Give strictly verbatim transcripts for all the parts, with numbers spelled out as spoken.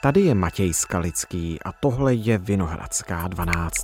Tady je Matěj Skalický a tohle je Vinohradská dvanáct.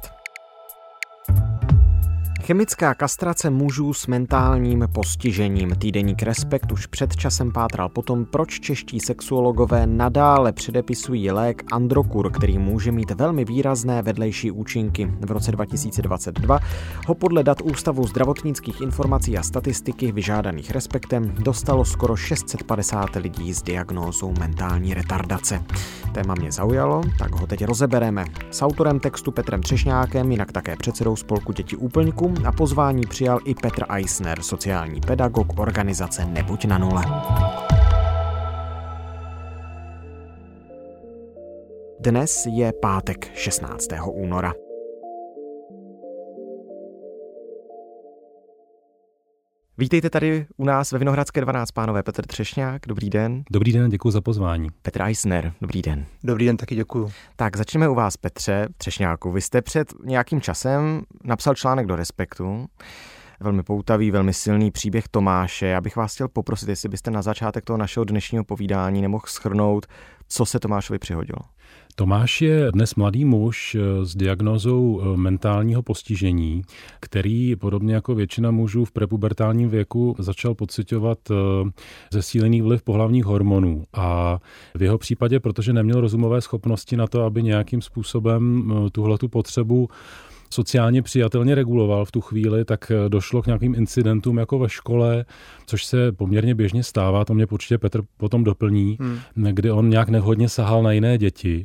Chemická kastrace mužů s mentálním postižením. Týdeník Respekt už před časem pátral potom, proč čeští sexuologové nadále předepisují lék Androkur, který může mít velmi výrazné vedlejší účinky. V roce dva tisíce dvacet dva ho podle dat Ústavu zdravotnických informací a statistiky vyžádaných Respektem dostalo skoro šest set padesát lidí s diagnózou mentální retardace. Téma mě zaujalo, tak ho teď rozebereme. S autorem textu Petrem Třešňákem, jinak také předsedou spolku Děti úplňků, a pozvání přijal i Petr Eisner, sociální pedagog organizace Nebuď na nule. Dnes je pátek šestnáctého února. Vítejte tady u nás ve Vinohradské dvanáct, pánové. Petr Třešňák, dobrý den. Dobrý den, děkuji za pozvání. Petr Eisner, dobrý den. Dobrý den, taky děkuju. Tak začneme u vás, Petře Třešňáku. Vy jste před nějakým časem napsal článek do Respektu, velmi poutavý, velmi silný příběh Tomáše. Já bych vás chtěl poprosit, jestli byste na začátek toho našeho dnešního povídání nemohl shrnout, co se Tomášovi přihodilo. Tomáš je dnes mladý muž s diagnózou mentálního postižení, který podobně jako většina mužů v prepubertálním věku začal pociťovat zesílený vliv pohlavních hormonů. A v jeho případě, protože neměl rozumové schopnosti na to, aby nějakým způsobem tuhletu potřebu sociálně přijatelně reguloval v tu chvíli, tak došlo k nějakým incidentům jako ve škole, což se poměrně běžně stává, to mě určitě Petr potom doplní, hmm. kdy on nějak nevhodně sahal na jiné děti.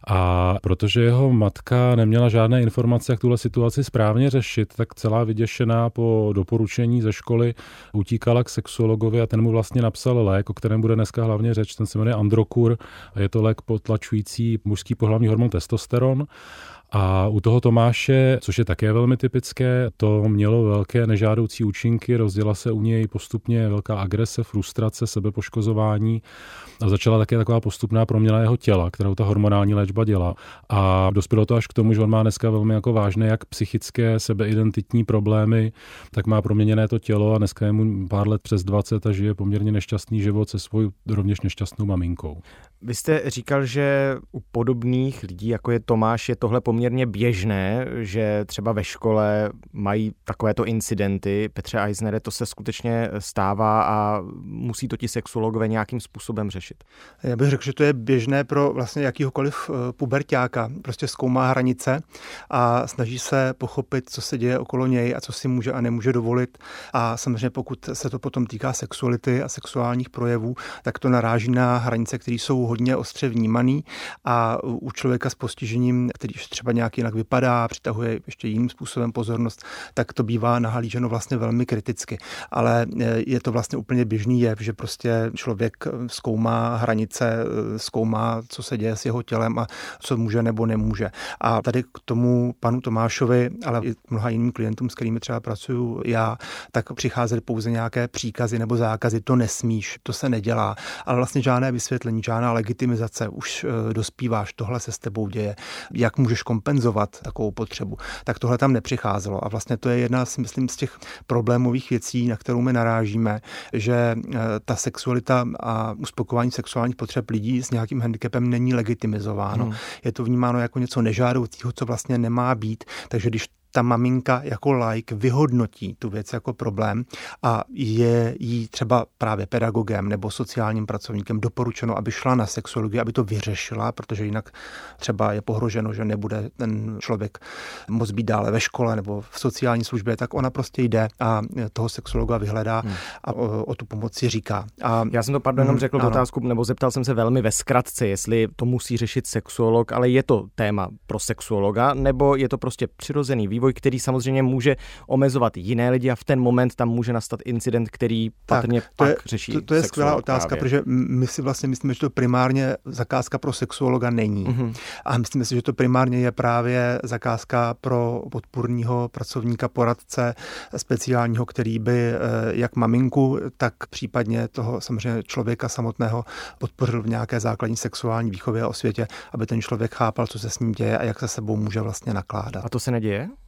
A protože jeho matka neměla žádné informace, jak tuhle situaci správně řešit, tak celá vyděšená po doporučení ze školy utíkala k sexuologovi a ten mu vlastně napsal lék, o kterém bude dneska hlavně řeč, ten se jmenuje Androkur a je to lék potlačující mužský pohlavní hormon testosteron. A u toho Tomáše, což je také velmi typické, to mělo velké nežádoucí účinky, rozděla se u něj postupně velká agrese, frustrace, sebepoškozování a začala také taková postupná proměna jeho těla, kterou ta hormonální léčba dělá. A dospělo to až k tomu, že on má dneska velmi jako vážné jak psychické sebeidentitní problémy, tak má proměněné to tělo a dneska je mu pár let přes dvacet a žije poměrně nešťastný život se svou rovněž nešťastnou maminkou. Vy jste říkal, že u podobných lidí, jako je Tomáš, je tohle poměrně běžné, že třeba ve škole mají takovéto incidenty. Petře Eisnere, to se skutečně stává a musí to ti sexuologové nějakým způsobem řešit? Já bych řekl, že to je běžné pro vlastně jakýhokoliv puberťáka. Prostě zkoumá hranice a snaží se pochopit, co se děje okolo něj a co si může a nemůže dovolit. A samozřejmě pokud se to potom týká sexuality a sexuálních projevů, tak to naráží na hranice, které jsou hodně ostře vnímaný a u člověka s postižením, který třeba nějak jinak vypadá, přitahuje ještě jiným způsobem pozornost, tak to bývá nahlíženo vlastně velmi kriticky. Ale je to vlastně úplně běžný jev, že prostě člověk zkoumá hranice, zkoumá, co se děje s jeho tělem a co může nebo nemůže. A tady k tomu panu Tomášovi, ale i mnoha jiným klientům, s kterými třeba pracuju já, tak přicházely pouze nějaké příkazy nebo zákazy, to nesmíš, to se nedělá, ale vlastně žádné vysvětlení, žádná legitimizace, už dospíváš, tohle se s tebou děje, jak můžeš kompenzovat takovou potřebu, tak tohle tam nepřicházelo. A vlastně to je jedna, si myslím, z těch problémových věcí, na kterou my narážíme, že ta sexualita a uspokojování sexuálních potřeb lidí s nějakým handicapem není legitimizováno. Hmm. Je to vnímáno jako něco nežádoucího, co vlastně nemá být. Takže když ta maminka jako laik vyhodnotí tu věc jako problém a je jí třeba právě pedagogem nebo sociálním pracovníkem doporučeno, aby šla na sexologii, aby to vyřešila, protože jinak třeba je pohroženo, že nebude ten člověk moc být dále ve škole nebo v sociální službě, tak ona prostě jde a toho sexologa vyhledá hmm. a o, o tu pomoci říká. A já jsem to pardon jenom řekl tu otázku, nebo zeptal jsem se velmi ve zkratce, jestli to musí řešit sexuolog, ale je to téma pro sexuologa, nebo je to prostě přirozený vývoj, který samozřejmě může omezovat jiné lidi a v ten moment tam může nastat incident, který patrně tak, pak je, řeší To, to je skvělá otázka, právě. Protože my si vlastně myslíme, že to primárně zakázka pro sexuologa není. Mm-hmm. A myslíme si, že to primárně je právě zakázka pro podpůrného pracovníka, poradce speciálního, který by jak maminku, tak případně toho samozřejmě člověka samotného podpořil v nějaké základní sexuální výchově a osvětě, aby ten člověk chápal, co se s ním děje a jak se sebou může vlastně nakládat. A to se neděje?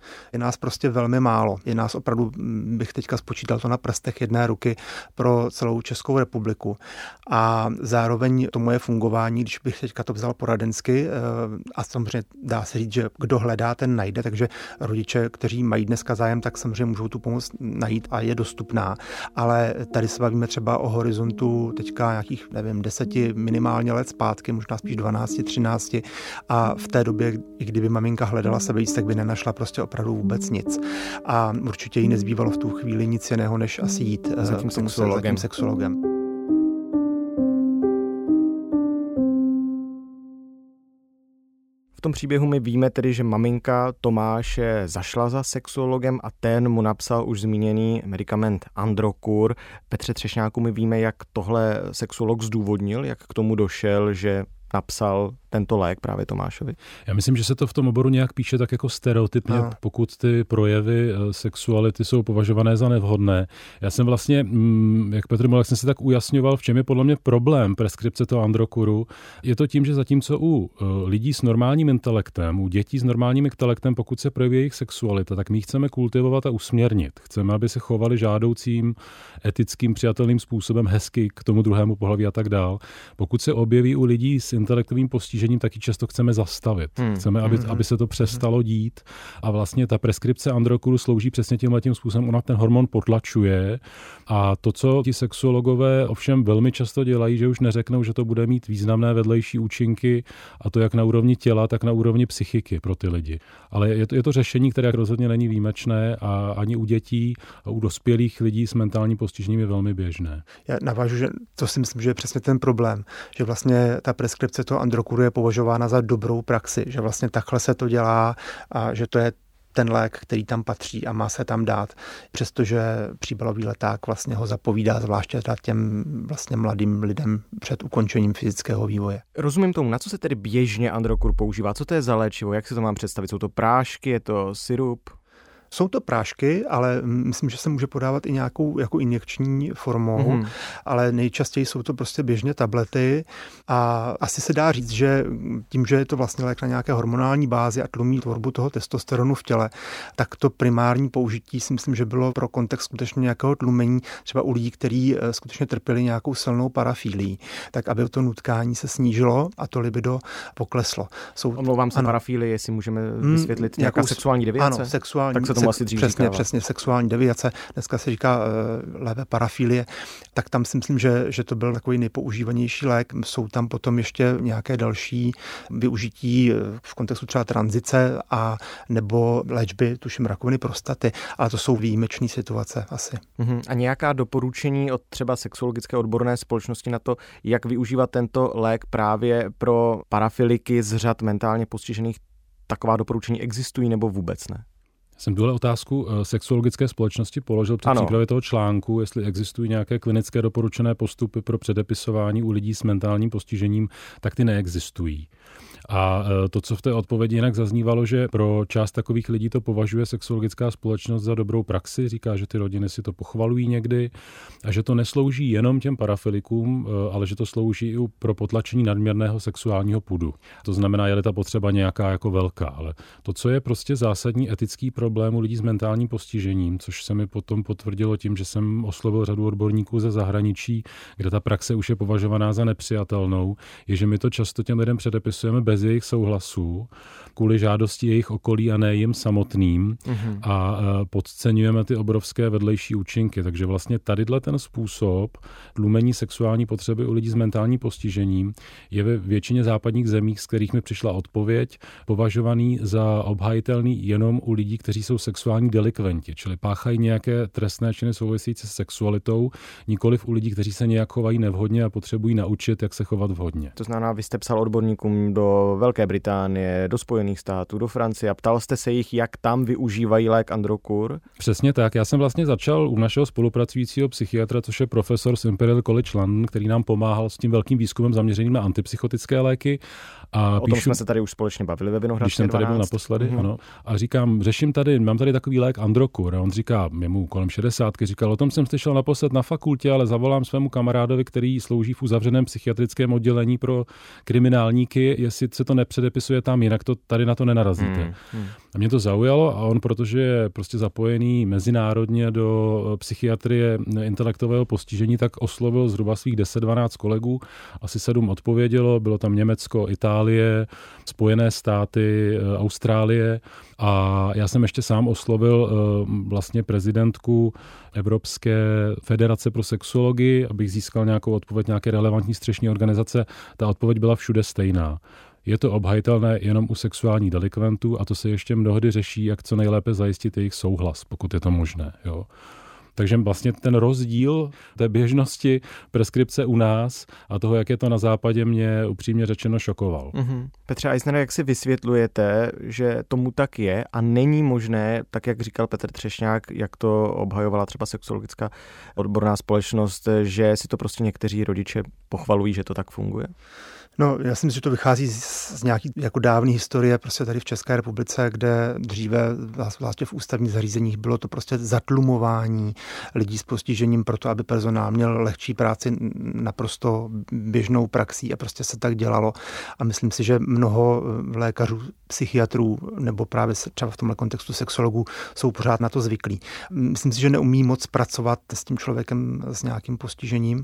Je nás prostě velmi málo. Je nás opravdu, bych teďka spočítal to na prstech jedné ruky pro celou Českou republiku. A zároveň to moje fungování, když bych teďka to vzal poradensky, a samozřejmě dá se říct, že kdo hledá, ten najde, takže rodiče, kteří mají dneska zájem, tak samozřejmě můžou tu pomoc najít a je dostupná. Ale tady se bavíme třeba o horizontu teďka nějakých, nevím, deseti minimálně let zpátky, možná spíš dvanácti, třinácti, a v té době, i kdyby maminka hledala sebevíc, tak by nenašla prostě opravdu vůbec nic. A určitě jí nezbývalo v tu chvíli nic jiného, než asi jít za tím sexuologem. Za tím sexuologem. V tom příběhu my víme tedy, že maminka Tomáše zašla za sexuologem a ten mu napsal už zmíněný medikament Androkur. Petře Třešňáku, my víme, jak tohle sexuolog zdůvodnil, jak k tomu došel, že napsal tento lék právě Tomášovi? Já myslím, že se to v tom oboru nějak píše tak jako stereotypně, no. Pokud ty projevy sexuality jsou považované za nevhodné. Já jsem vlastně, jak Petr mluvil, jsem si tak ujasňoval, v čem je podle mě problém preskripce toho Androkuru. Je to tím, že zatímco u lidí s normálním intelektem, u dětí s normálním intelektem, pokud se projeví jejich sexualita, tak my ji chceme kultivovat a usměrnit. Chceme, aby se chovali žádoucím, etickým, přijatelným způsobem, hezky k tomu druhému pohlaví a tak dál. Pokud se objeví u lidí s intelektovým postižením, taky často chceme zastavit. Hmm. Chceme, aby, hmm. aby se to přestalo dít. A vlastně ta preskripce Androkuru slouží přesně tímhletím způsobem. Ona ten hormon potlačuje. A to, co ti sexuologové ovšem velmi často dělají, že už neřeknou, že to bude mít významné vedlejší účinky, a to jak na úrovni těla, tak na úrovni psychiky pro ty lidi. Ale je to, je to řešení, které rozhodně není výjimečné a ani u dětí a u dospělých lidí s mentálním postižením je velmi běžné. Já navážu, že to si myslím, že je přesně ten problém, že vlastně ta preskripce toho Androkuru je považována za dobrou praxi, že vlastně takhle se to dělá a že to je ten lék, který tam patří a má se tam dát, přestože příbalový leták vlastně ho zapovídá zvláště těm vlastně mladým lidem před ukončením fyzického vývoje. Rozumím tomu, na co se tedy běžně Androkur používá? Co to je za léčivo? Jak si to mám představit? Jsou to prášky, je to sirup? Jsou to prášky, ale myslím, že se může podávat i nějakou jako injekční formou, mm-hmm. ale nejčastěji jsou to prostě běžně tablety a asi se dá říct, že tím, že je to vlastně lék na nějaké hormonální bázi a tlumí tvorbu toho testosteronu v těle, tak to primární použití si myslím, že bylo pro kontext skutečně nějakého tlumení třeba u lidí, kteří skutečně trpěli nějakou silnou parafílií, tak aby to nutkání se snížilo a to libido pokleslo. Jsou, Omlouvám se, parafílii, jestli můžeme vysvětlit, mm, nějaká nějakou, sexuální deviace? Ano, sexuální. Tak se tomu asi dřív přesně, říkává. přesně, sexuální deviace, dneska se říká uh, lépe parafílie, tak tam si myslím, že, že to byl takový nejpoužívanější lék. Jsou tam potom ještě nějaké další využití v kontextu třeba tranzice a nebo léčby, tuším, rakoviny prostaty, ale to jsou výjimečné situace asi. Uhum. A nějaká doporučení od třeba sexuologické odborné společnosti na to, jak využívat tento lék právě pro parafiliky z řad mentálně postižených, taková doporučení existují nebo vůbec ne? Jsem tuhle otázku sexuologické společnosti položil při přípravě toho článku, jestli existují nějaké klinické doporučené postupy pro předepisování u lidí s mentálním postižením, tak ty neexistují. A to, co v té odpovědi jinak zaznívalo, že pro část takových lidí to považuje sexuologická společnost za dobrou praxi, říká, že ty rodiny si to pochvalují někdy a že to neslouží jenom těm parafilikům, ale že to slouží i pro potlačení nadměrného sexuálního pudu. To znamená, je ta potřeba nějaká jako velká, ale to, co je prostě zásadní etický problém u lidí s mentálním postižením, což se mi potom potvrdilo tím, že jsem oslovil řadu odborníků ze zahraničí, kde ta praxe už je považovaná za nepřijatelnou, je, že my to často těm lidem předepisujeme bez jejich souhlasu, kvůli žádosti jejich okolí a ne jim samotným mm-hmm. a podceňujeme ty obrovské vedlejší účinky. Takže vlastně tadyhle ten způsob tlumení sexuální potřeby u lidí s mentálním postižením je ve většině západních zemích, z kterých mi přišla odpověď, považovaný za obhajitelný jenom u lidí, kteří jsou sexuální delikventi, čili páchají nějaké trestné činy související s sexualitou, nikoliv u lidí, kteří se nějak chovají nevhodně a potřebují naučit, jak se chovat vhodně. To znamená, vy jste psal odborníkům do Velké Británie, do Spojených států, do Francie a ptal jste se jich, jak tam využívají lék Androkur? Přesně tak. Já jsem vlastně začal u našeho spolupracujícího psychiatra, což je profesor z Imperial College London, který nám pomáhal s tím velkým výzkumem zaměřeným na antipsychotické léky. A o tom píšu, jsme se tady už společně bavili ve Vinohradské když jsem tady byl naposledy, mm-hmm. ano. A říkám, řeším tady, mám tady takový lék Androkur. A on říká, je mu kolem šedesátky, říkal, o tom jsem slyšel naposled na fakultě, ale zavolám svému kamarádovi, který slouží v uzavřeném psychiatrickém oddělení pro kriminálníky, jestli se to nepředepisuje tam, jinak to tady na to nenarazíte. Hmm. Hmm. A mě to zaujalo a on, protože je prostě zapojený mezinárodně do psychiatrie intelektového postižení, tak oslovil zhruba svých deset dvanáct kolegů, asi sedm odpovědělo, bylo tam Německo, Itálie, Spojené státy, Austrálie a já jsem ještě sám oslovil vlastně prezidentku Evropské federace pro sexologii, abych získal nějakou odpověď nějaké relevantní střešní organizace. Ta odpověď byla všude stejná. Je to obhajitelné jenom u sexuálních delikventů a to se ještě mnohdy řeší, jak co nejlépe zajistit jejich souhlas, pokud je to možné. Jo. Takže vlastně ten rozdíl té běžnosti preskripce u nás a toho, jak je to na západě, mě upřímně řečeno šokoval. Mm-hmm. Petře Eisnere, jak si vysvětlujete, že tomu tak je a není možné, tak jak říkal Petr Třešňák, jak to obhajovala třeba sexologická odborná společnost, že si to prostě někteří rodiče pochvalují, že to tak funguje? No, já si myslím, že to vychází z, z nějaký jako dávné historie prostě tady v České republice, kde dříve vlastně v ústavních zařízeních bylo to prostě zatlumování lidí s postižením proto, aby personál měl lehčí práci naprosto běžnou praxí a prostě se tak dělalo. A myslím si, že mnoho lékařů, psychiatrů nebo právě třeba v tomhle kontextu sexologů jsou pořád na to zvyklí. Myslím si, že neumí moc pracovat s tím člověkem s nějakým postižením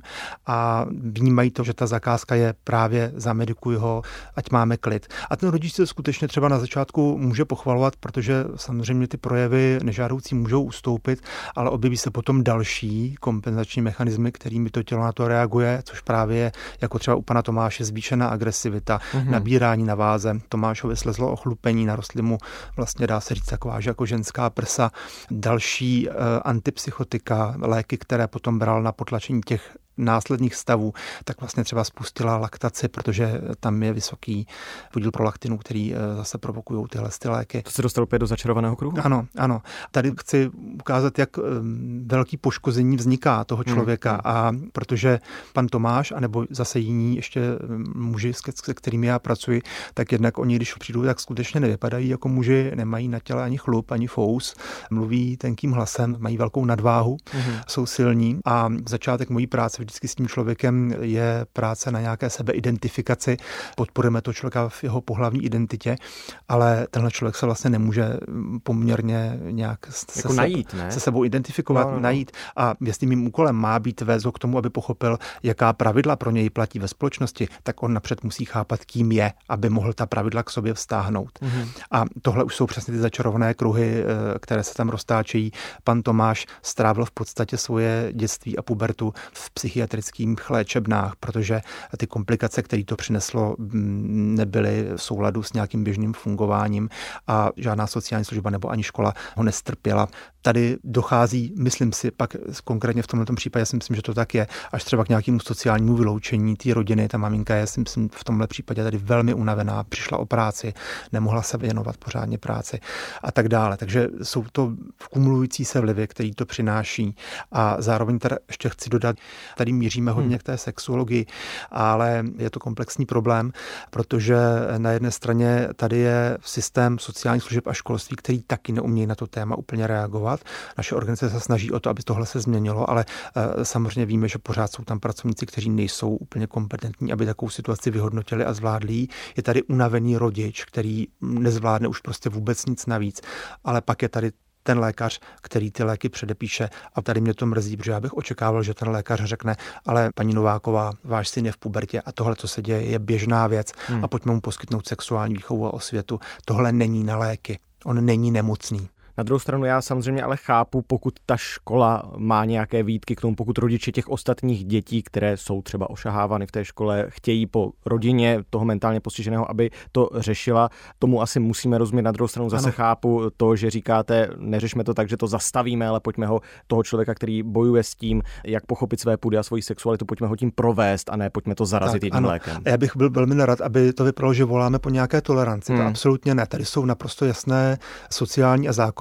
a vnímají to, že ta zakázka je právě zamedikuj ho, ať máme klid. A ten rodič se skutečně třeba na začátku může pochvalovat, protože samozřejmě ty projevy nežádoucí můžou ustoupit, ale objeví se potom další kompenzační mechanismy, kterými to tělo na to reaguje, což právě je, jako třeba u pana Tomáše, zvýšená agresivita, mm-hmm. nabírání na váze. Tomášovi slezlo ochlupení, narostly mu vlastně, dá se říct, taková, že jako ženská prsa. Další uh, antipsychotika, léky, které potom bral na potlačení těch následných stavů, tak vlastně třeba spustila laktaci, protože tam je vysoký podíl prolaktinu, který zase provokují tyhle ty léky. To se dostalo opět do začarovaného kruhu? Ano, ano. Tady chci ukázat, jak velký poškození vzniká toho člověka hmm. a protože pan Tomáš, anebo zase jiní ještě muži, se kterými já pracuji, tak jednak oni, když přijdou, tak skutečně nevypadají jako muži, nemají na těle ani chlup, ani fous, mluví tenkým hlasem, mají velkou nadváhu, hmm. jsou silní a začátek mojí práce vždycky s tím člověkem je práce na nějaké sebeidentifikaci. Podporujeme to člověka v jeho pohlavní identitě, ale tenhle člověk se vlastně nemůže poměrně nějak se, jako najít, ne? se sebou identifikovat, no, no. najít. A jestli mým úkolem má být vést ho k tomu, aby pochopil, jaká pravidla pro něj platí ve společnosti, tak on napřed musí chápat, kým je, aby mohl ta pravidla k sobě vztáhnout. Mm-hmm. A tohle už jsou přesně ty začarované kruhy, které se tam roztáčejí. Pan Tomáš strávil v podstatě svoje dětství a pubertu v psychiatrických léčebnách, protože ty komplikace, které to přineslo, nebyly v souladu s nějakým běžným fungováním a žádná sociální služba nebo ani škola ho nestrpěla. Tady dochází, myslím si, pak konkrétně v tomto případě si myslím, že to tak je, až třeba k nějakému sociálnímu vyloučení té rodiny. Ta maminka je, si myslím, v tomhle případě tady velmi unavená, přišla o práci, nemohla se věnovat pořádně práci a tak dále. Takže jsou to kumulující se vlivy, který to přináší. A zároveň teda ještě chci dodat, tady míříme hodně hmm. k té sexuologii, ale je to komplexní problém, protože na jedné straně tady je systém sociálních služeb a školství, který taky neumějí na to téma úplně reagovat. Naše organizace se snaží o to, aby tohle se změnilo, ale uh, samozřejmě víme, že pořád jsou tam pracovníci, kteří nejsou úplně kompetentní, aby takovou situaci vyhodnotili a zvládli. Je tady unavený rodič, který nezvládne už prostě vůbec nic navíc, ale pak je tady ten lékař, který ty léky předepíše. A tady mě to mrzí, protože já bych očekával, že ten lékař řekne, ale paní Nováková, váš syn je v pubertě a tohle, co se děje, je běžná věc hmm. a pojďme mu poskytnout sexuální výchovu a osvětu. Tohle není na léky. On není nemocný. Na druhou stranu já samozřejmě ale chápu, pokud ta škola má nějaké výtky k tomu, pokud rodiče těch ostatních dětí, které jsou třeba ošahávány v té škole, chtějí po rodině toho mentálně postiženého, aby to řešila, tomu asi musíme rozumět. Na druhou stranu zase ano. chápu to, že říkáte, neřešme to tak, že to zastavíme, ale pojďme ho, toho člověka, který bojuje s tím, jak pochopit své půdy a svoji sexualitu, pojďme ho tím provést a ne pojďme to zarazit tak, jedním ano. lékem. Já bych byl velmi nerad, aby to vypadalo, že voláme po nějaké toleranci. Hmm. To absolutně ne. Tady jsou naprosto jasné sociální a zákonné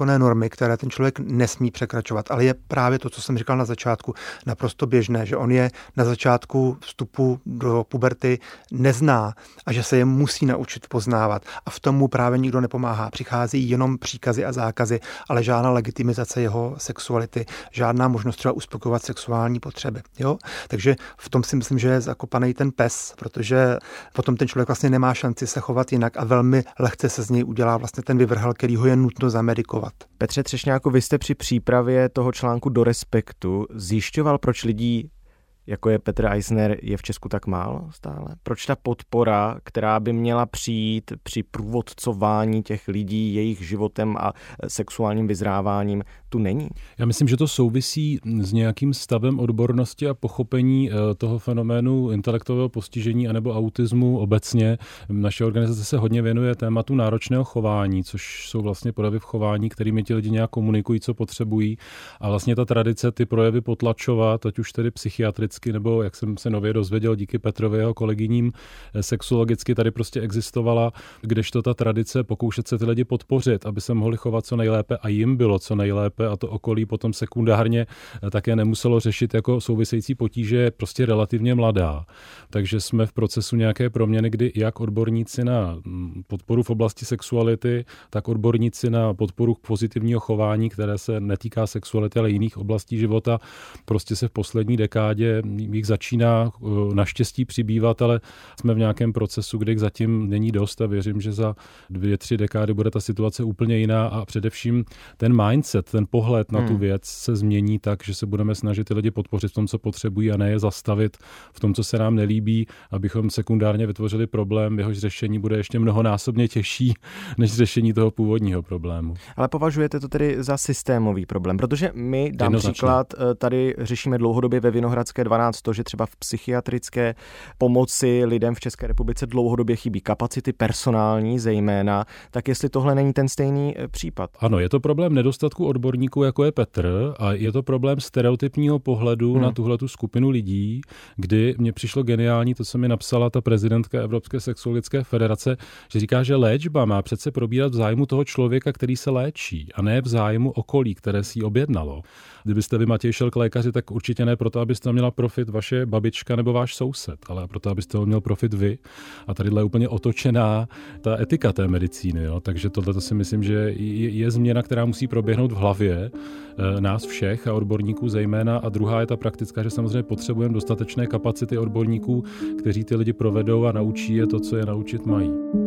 zákonné normy, které ten člověk nesmí překračovat, ale je právě to, co jsem říkal na začátku, naprosto běžné, že on je na začátku vstupu do puberty nezná a že se je musí naučit poznávat a v tom mu právě nikdo nepomáhá. Přichází jenom příkazy a zákazy, ale žádná legitimizace jeho sexuality, žádná možnost třeba uspokojovat sexuální potřeby. Jo? Takže v tom si myslím, že je zakopaný ten pes, protože potom ten člověk vlastně nemá šanci se chovat jinak a velmi lehce se z něj udělá vlastně ten vyvrhel, který ho je nutno zamedikovat. Petře Třešňáku, vy jste při přípravě toho článku do Respektu zjišťoval, proč lidí jako je Petr Eisner, je v Česku tak málo stále? Proč ta podpora, která by měla přijít při průvodcování těch lidí, jejich životem a sexuálním vyzráváním, tu není? Já myslím, že to souvisí s nějakým stavem odbornosti a pochopení toho fenoménu intelektového postižení anebo autismu obecně. Naše organizace se hodně věnuje tématu náročného chování, což jsou vlastně projevy v chování, kterými ti lidi nějak komunikují, co potřebují. A vlastně ta tradice ty projevy potlačovat, ať už tedy psychiatricky, nebo jak jsem se nově dozvěděl díky Petrovi jeho kolegyním, sexuologicky tady prostě existovala, kdežto ta tradice pokoušet se ty lidi podpořit, aby se mohli chovat co nejlépe a jim bylo co nejlépe a to okolí potom sekundárně také nemuselo řešit jako související potíže, je prostě relativně mladá. Takže jsme v procesu nějaké proměny, kdy jak odborníci na podporu v oblasti sexuality, tak odborníci na podporu pozitivního chování, které se netýká sexuality, ale jiných oblastí života, prostě se v poslední dekádě jich začíná naštěstí přibývat, ale jsme v nějakém procesu, kde jich zatím není dost a věřím, že za dvě, tři dekády bude ta situace úplně jiná a především ten mindset, ten pohled na tu věc se změní tak, že se budeme snažit ty lidi podpořit v tom, co potřebují a ne je zastavit v tom, co se nám nelíbí, abychom sekundárně vytvořili problém, jehož řešení bude ještě mnohonásobně těžší než řešení toho původního problému. Ale považujete to tedy za systémový problém, protože my, dám příklad, tady řešíme dlouhodobě ve Vinohradské dvanáct to, že třeba v psychiatrické pomoci lidem v České republice dlouhodobě chybí kapacity personální zejména, tak jestli tohle není ten stejný případ. Ano, je to problém nedostatku odborníků, jako je Petr, a je to problém stereotypního pohledu hmm. na tuhletu skupinu lidí, kdy mně přišlo geniální to, co mi napsala ta prezidentka Evropské sexuologické federace, že říká, že léčba má přece probírat v zájmu toho člověka, který se léčí, a ne v zájmu okolí, které si ji objednalo. Kdybyste vy, Matěj, šel k lékaři, tak určitě ne proto, abyste měla profit vaše babička nebo váš soused, ale proto, abyste ho měl profit vy. A tady je úplně otočená ta etika té medicíny. Jo? Takže tohle si myslím, že je, je změna, která musí proběhnout v hlavě e, nás všech a odborníků zejména. A druhá je ta praktická, že samozřejmě potřebujeme dostatečné kapacity odborníků, kteří ty lidi provedou a naučí je to, co je naučit mají.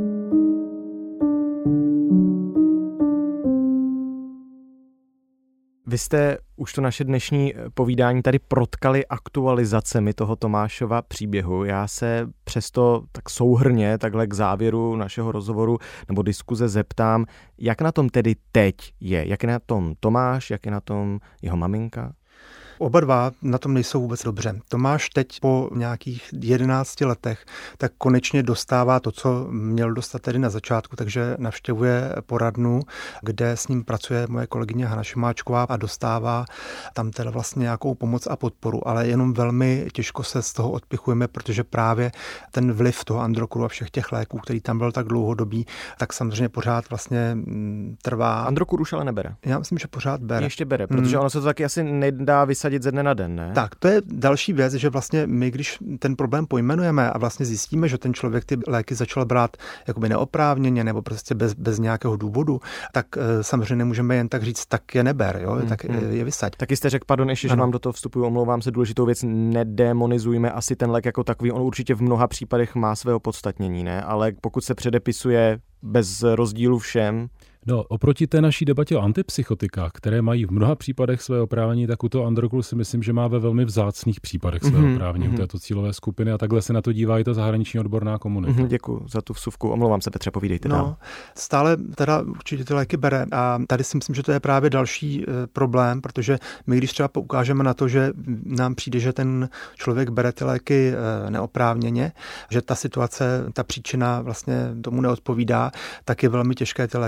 Vy jste už to naše dnešní povídání tady protkali aktualizacemi toho Tomášova příběhu. Já se přesto tak souhrnně, takhle k závěru našeho rozhovoru nebo diskuze zeptám, jak na tom tedy teď je? Jak je na tom Tomáš, jak je na tom jeho maminka? Oba dva na tom nejsou vůbec dobře. Tomáš teď po nějakých jedenácti letech tak konečně dostává to, co měl dostat tedy na začátku, takže navštěvuje poradnu, kde s ním pracuje moje kolegyně Hana Šimáčková a dostává tam teda vlastně nějakou pomoc a podporu, ale jenom velmi těžko se z toho odpichujeme, protože právě ten vliv toho androkuru a všech těch léků, který tam byl tak dlouhodobý, tak samozřejmě pořád vlastně trvá. Androkur už ale nebere. Já myslím, že pořád bere. Ještě bere, protože ono se to taky asi nedá vysadit ze dne na den, ne? Tak, to je další věc, že vlastně my, když ten problém pojmenujeme a vlastně zjistíme, že ten člověk ty léky začal brát jakoby neoprávněně nebo prostě bez, bez nějakého důvodu, tak e, samozřejmě nemůžeme jen tak říct, tak je neber, jo, hmm, tak hmm. je vysaď. Taky jste řekl, pardon, ještě, že vám do toho vstupuju, omlouvám se, důležitou věc, nedemonizujme asi ten lék jako takový, on určitě v mnoha případech má své opodstatnění, ne? Ale pokud se předepisuje bez rozdílu všem. No, oproti té naší debatě o antipsychotikách, které mají v mnoha případech své oprávnění, tak u toho androkuru si myslím, že má ve velmi vzácných případech své mm-hmm. oprávnění u této cílové skupiny a takhle se na to dívá i ta zahraniční odborná komunita. Mm-hmm, děkuji za tu vsuvku. Omlouvám se, Petře, povídejte no, dál. Stále teda určitě ty léky bere a tady si myslím, že to je právě další e, problém, protože my když třeba poukážeme na to, že nám přijde, že ten člověk bere ty léky e, neoprávněně, že ta situace, ta příčina vlastně tomu neodpovídá, tak je velmi těžké ty léky vysadit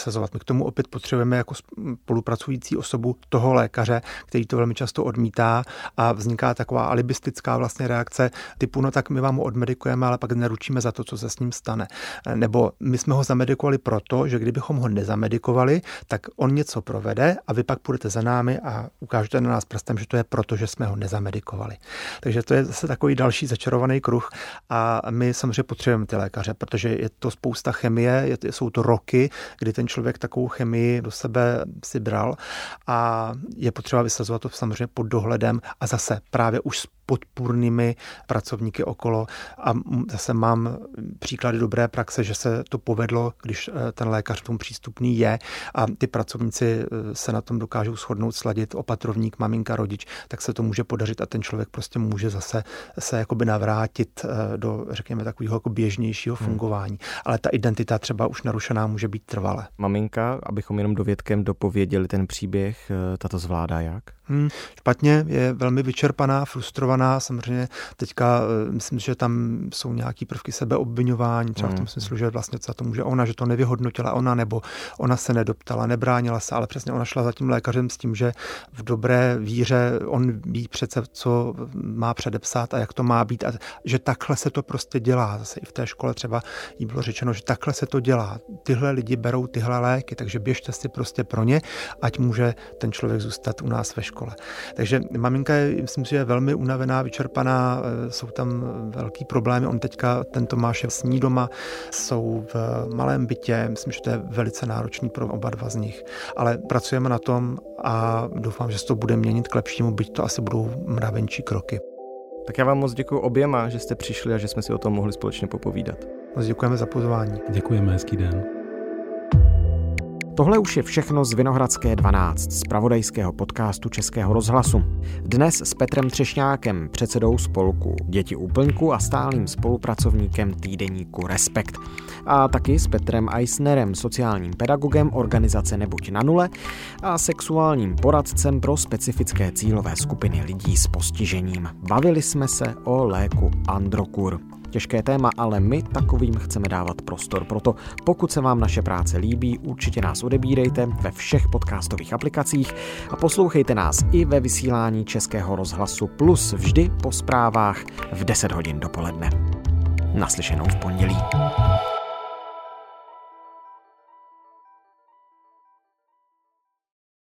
vysazovat. My k tomu opět potřebujeme jako spolupracující osobu toho lékaře, který to velmi často odmítá a vzniká taková alibistická vlastně reakce typu, no tak my vám ho odmedikujeme, ale pak neručíme za to, co se s ním stane. Nebo my jsme ho zamedikovali proto, že kdybychom ho nezamedikovali, tak on něco provede a vy pak půjdete za námi a ukážete na nás prstem, že to je proto, že jsme ho nezamedikovali. Takže to je zase takový další začarovaný kruh a my samozřejmě potřebujeme ty lékaře, protože je to spousta chemie, je, jsou to roky, kdy ten člověk takovou chemii do sebe si bral a je potřeba vysazovat to samozřejmě pod dohledem a zase právě už s podpůrnými pracovníky okolo a zase mám příklady dobré praxe, že se to povedlo, když ten lékař k tomu přístupný je a ty pracovníci se na tom dokážou shodnout, sladit, opatrovník, maminka, rodič, tak se to může podařit a ten člověk prostě může zase se jakoby navrátit do, řekněme, takového jako běžnějšího fungování. Hmm. Ale ta identita třeba už narušená může být trvale. Maminka, abychom jenom dovědkem dopověděli ten příběh, tato zvládá jak? Hmm, špatně, je velmi vyčerpaná, frustrovaná, samozřejmě teďka myslím, že tam jsou nějaký prvky sebeobviňování, třeba v tom smyslu, že vlastně za to může ona, že to nevyhodnotila ona, nebo ona se nedoptala, nebránila se, ale přesně ona šla za tím lékařem s tím, že v dobré víře on ví přece, co má předepsat a jak to má být a že takhle se to prostě dělá. Zase i v té škole třeba jí bylo řečeno, že takhle se to dělá. Tyhle lidi berou tyhle léky, takže běžte si prostě pro ně, ať může ten člověk zůstat u nás ve škole. Takže maminka je, myslím, že je velmi unavená, vyčerpaná, jsou tam velký problémy. On teďka, ten Tomáš je s ní doma, jsou v malém bytě, myslím, že to je velice náročný pro oba dva z nich. Ale pracujeme na tom a doufám, že se to bude měnit k lepšímu, byť to asi budou mravenčí kroky. Tak já vám moc děkuji oběma, že jste přišli a že jsme si o tom mohli společně popovídat. Moc děkujeme za pozvání. Děkujeme, hezký den. Tohle už je všechno z Vinohradské dvanáct, z pravodajského podcastu Českého rozhlasu. Dnes s Petrem Třešňákem, předsedou spolku Děti úplňku a stálým spolupracovníkem týdeníku Respekt. A taky s Petrem Eisnerem, sociálním pedagogem organizace Nebuď na nule a sexuálním poradcem pro specifické cílové skupiny lidí s postižením. Bavili jsme se o léku Androkur. Těžké téma, ale my takovým chceme dávat prostor. Proto pokud se vám naše práce líbí, určitě nás odebírejte ve všech podcastových aplikacích a poslouchejte nás i ve vysílání Českého rozhlasu Plus vždy po zprávách v deset hodin dopoledne. Naslyšenou v pondělí.